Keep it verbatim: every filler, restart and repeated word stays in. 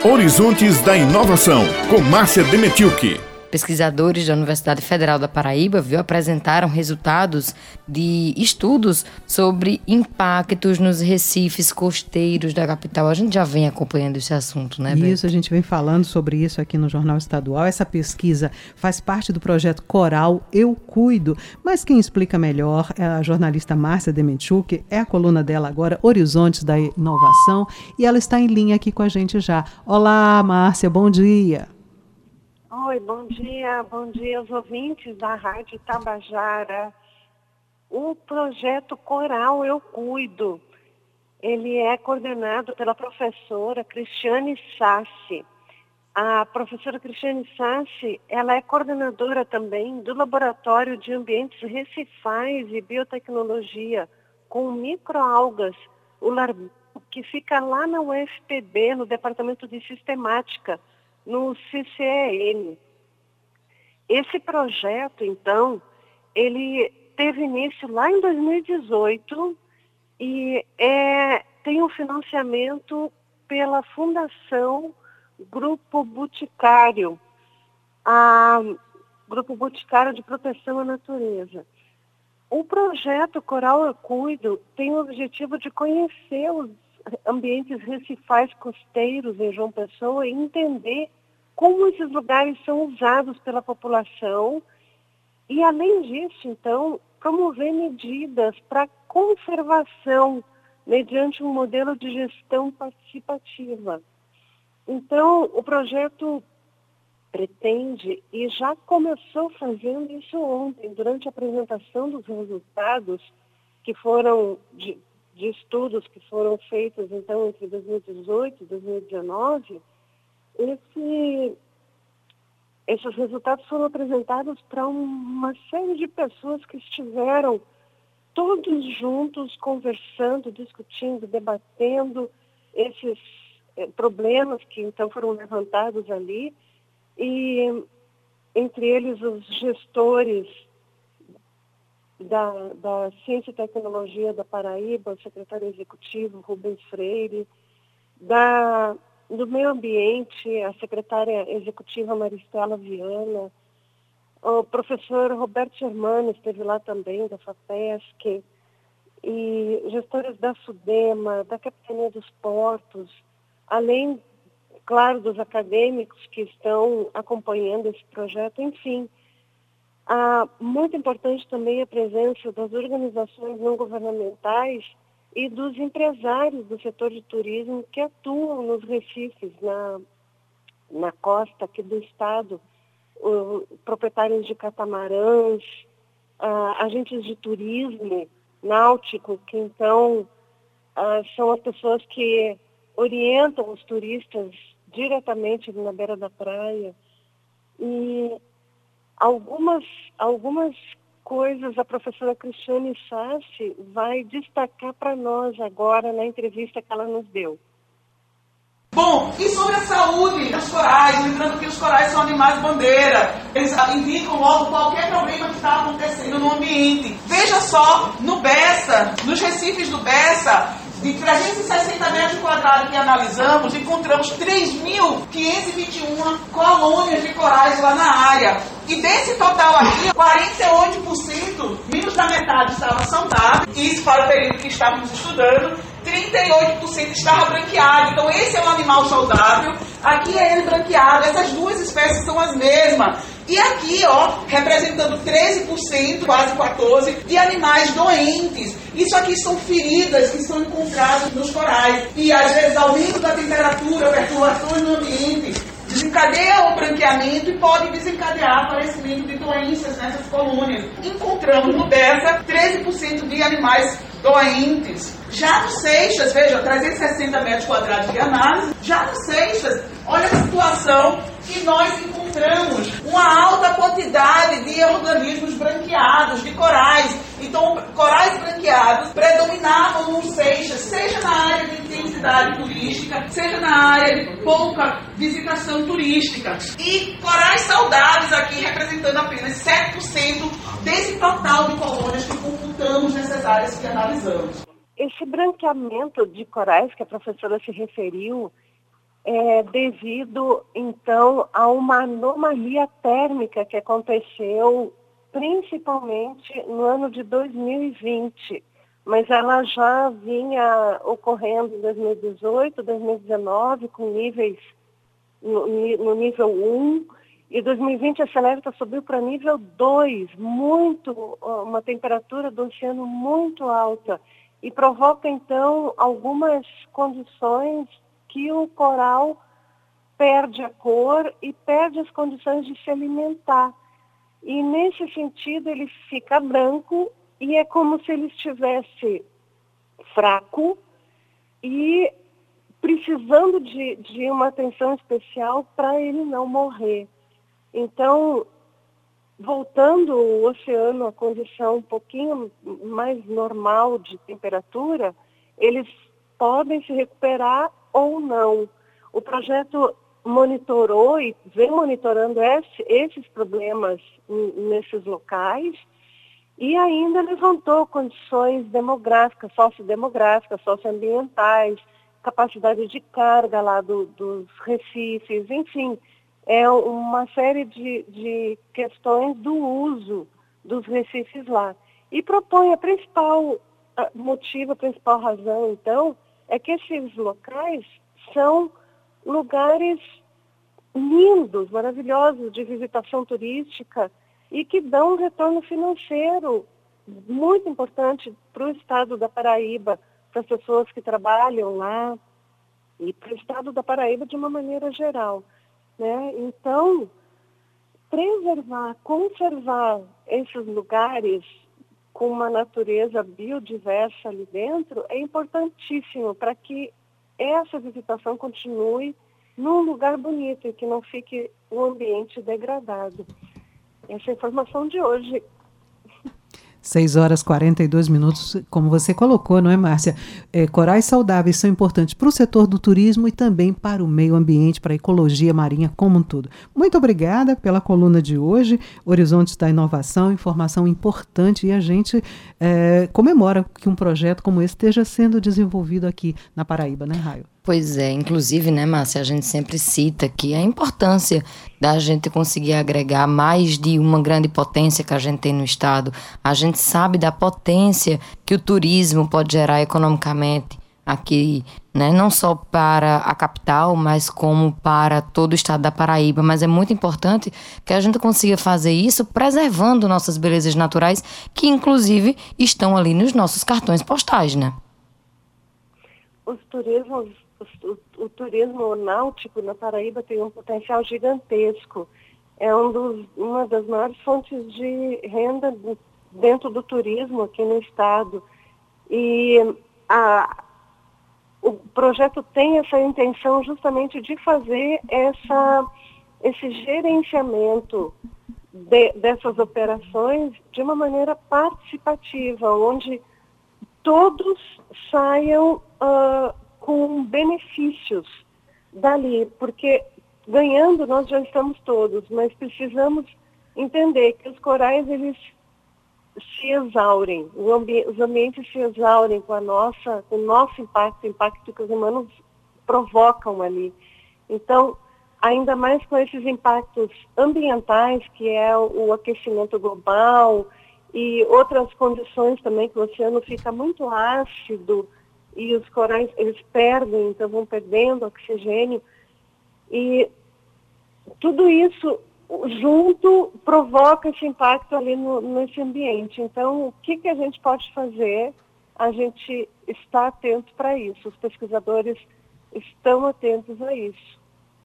Horizontes da Inovação, com Márcia Demetilke. Pesquisadores da Universidade Federal da Paraíba viu, apresentaram resultados de estudos sobre impactos nos recifes costeiros da capital. A gente já vem acompanhando esse assunto, né, Beto? Isso, a gente vem falando sobre isso aqui no Jornal Estadual. Essa pesquisa faz parte do projeto Coral Eu Cuido, mas quem explica melhor é a jornalista Márcia Demetilke, é a coluna dela agora, Horizontes da Inovação, e ela está em linha aqui com a gente já. Olá, Márcia, bom dia. Oi, bom dia, bom dia aos ouvintes da Rádio Tabajara. O projeto Coral Eu Cuido, ele é coordenado pela professora Cristiane Sassi. A professora Cristiane Sassi, ela é coordenadora também do Laboratório de Ambientes Recifais e Biotecnologia com microalgas, o LARBIO, que fica lá na U F P B, no Departamento de Sistemática, no C C E N. Esse projeto, então, ele teve início lá em dois mil e dezoito e é, tem um financiamento pela Fundação Grupo Boticário, a Grupo Boticário de Proteção à Natureza. O projeto Coral Eu Cuido tem o objetivo de conhecer os ambientes recifais costeiros em João Pessoa e entender como esses lugares são usados pela população e, além disso, então, promover medidas para conservação mediante um modelo de gestão participativa. Então, o projeto pretende, e já começou fazendo isso ontem, durante a apresentação dos resultados que foram de, de estudos que foram feitos, então, entre dois mil e dezoito e dois mil e dezenove, Esse, esses resultados foram apresentados para uma série de pessoas que estiveram todos juntos conversando, discutindo, debatendo esses eh, problemas que então foram levantados ali, e entre eles os gestores da, da Ciência e Tecnologia da Paraíba, o secretário executivo Rubens Freire, da do Meio Ambiente, a secretária executiva Maristela Viana, o professor Roberto Germano esteve lá também, da FAPESC, e gestores da SUDEMA, da Capitania dos Portos, além, claro, dos acadêmicos que estão acompanhando esse projeto, enfim. Ah, muito importante também a presença das organizações não governamentais e dos empresários do setor de turismo que atuam nos recifes, na, na costa aqui do estado, o, proprietários de catamarãs, uh, agentes de turismo náutico, que então uh, são as pessoas que orientam os turistas diretamente na beira da praia. E algumas, algumas coisas a professora Cristiane Sassi vai destacar para nós agora na entrevista que ela nos deu. Bom, e sobre a saúde dos corais, lembrando que os corais são animais bandeira, eles indicam logo qualquer problema que está acontecendo no ambiente. Veja só, no Bessa, nos recifes do Bessa, de trezentos e sessenta metros quadrados que analisamos, encontramos três mil quinhentas e vinte e uma colônias de corais lá na área. E desse total aqui, quarenta e oito por cento, menos da metade, estava saudável, isso para o período que estávamos estudando, trinta e oito por cento estava branqueado. Então esse é um animal saudável, aqui é ele branqueado, essas duas espécies são as mesmas. E aqui, ó, representando treze por cento, quase quatorze por cento, de animais doentes. Isso aqui são feridas que são encontradas nos corais. E às vezes aumento da temperatura, perturbações no ambiente, desencadeia o branqueamento e pode desencadear aparecimento de doenças nessas colônias. Encontramos no Bessa treze por cento de animais doentes. Já no Seixas, veja, trezentos e sessenta metros quadrados de análise, já no Seixas, olha a situação que nós encontramos, uma alta quantidade de organismos branqueados, de corais. Então, corais branqueados predominavam no Seixas, seja na área de intensidade turística, seja na área de pouca visitação turística. E corais saudáveis aqui representando apenas sete por cento desse total de colônias que computamos nessas áreas que analisamos. Esse branqueamento de corais que a professora se referiu é devido, então, a uma anomalia térmica que aconteceu principalmente no ano de dois mil e vinte, mas ela já vinha ocorrendo em dois mil e dezoito, dois mil e dezenove, com níveis no, no nível um, e dois mil e vinte a Celebta subiu para nível dois, muito, uma temperatura do oceano muito alta, e provoca, então, algumas condições que o coral perde a cor e perde as condições de se alimentar. E, nesse sentido, ele fica branco e é como se ele estivesse fraco e precisando de, de uma atenção especial para ele não morrer. Então, voltando o oceano à condição um pouquinho mais normal de temperatura, eles podem se recuperar ou não. O projeto monitorou e vem monitorando esse, esses problemas nesses locais e ainda levantou condições demográficas, sociodemográficas, socioambientais, capacidade de carga lá do, dos recifes, enfim, é uma série de, de questões do uso dos recifes lá. E propõe a principal a motivo, a principal razão, então, é que esses locais são lugares lindos, maravilhosos, de visitação turística e que dão um retorno financeiro muito importante para o estado da Paraíba, para as pessoas que trabalham lá e para o estado da Paraíba de uma maneira geral, né? Então, preservar, conservar esses lugares com uma natureza biodiversa ali dentro é importantíssimo para que essa visitação continue num lugar bonito e que não fique o ambiente degradado. Essa é a informação de hoje. seis horas e quarenta e dois minutos, como você colocou, não é, Márcia? É, corais saudáveis são importantes para o setor do turismo e também para o meio ambiente, para a ecologia marinha como um todo. Muito obrigada pela coluna de hoje, Horizontes da Inovação, informação importante, e a gente é, comemora que um projeto como esse esteja sendo desenvolvido aqui na Paraíba, né, Raio? Pois é, inclusive, né, Márcia, a gente sempre cita que a importância da gente conseguir agregar mais de uma grande potência que a gente tem no estado. A gente sabe da potência que o turismo pode gerar economicamente aqui, né, não só para a capital, mas como para todo o estado da Paraíba. Mas é muito importante que a gente consiga fazer isso preservando nossas belezas naturais, que inclusive estão ali nos nossos cartões postais, né? Os turismos O, o turismo náutico na Paraíba tem um potencial gigantesco. É um dos, uma das maiores fontes de renda dentro do turismo aqui no estado. E a, o projeto tem essa intenção justamente de fazer essa, esse gerenciamento de, dessas operações de uma maneira participativa, onde todos saiam Uh, com benefícios dali, porque ganhando nós já estamos todos, mas precisamos entender que os corais, eles se exaurem, o ambi- os ambientes se exaurem com a nossa, com o nosso impacto, o impacto que os humanos provocam ali. Então, ainda mais com esses impactos ambientais, que é o, o aquecimento global e outras condições também, que o oceano fica muito ácido, e os corais, eles perdem, então vão perdendo oxigênio. E tudo isso junto provoca esse impacto ali no, nesse ambiente. Então, o que, que a gente pode fazer? A gente está atento para isso. Os pesquisadores estão atentos a isso.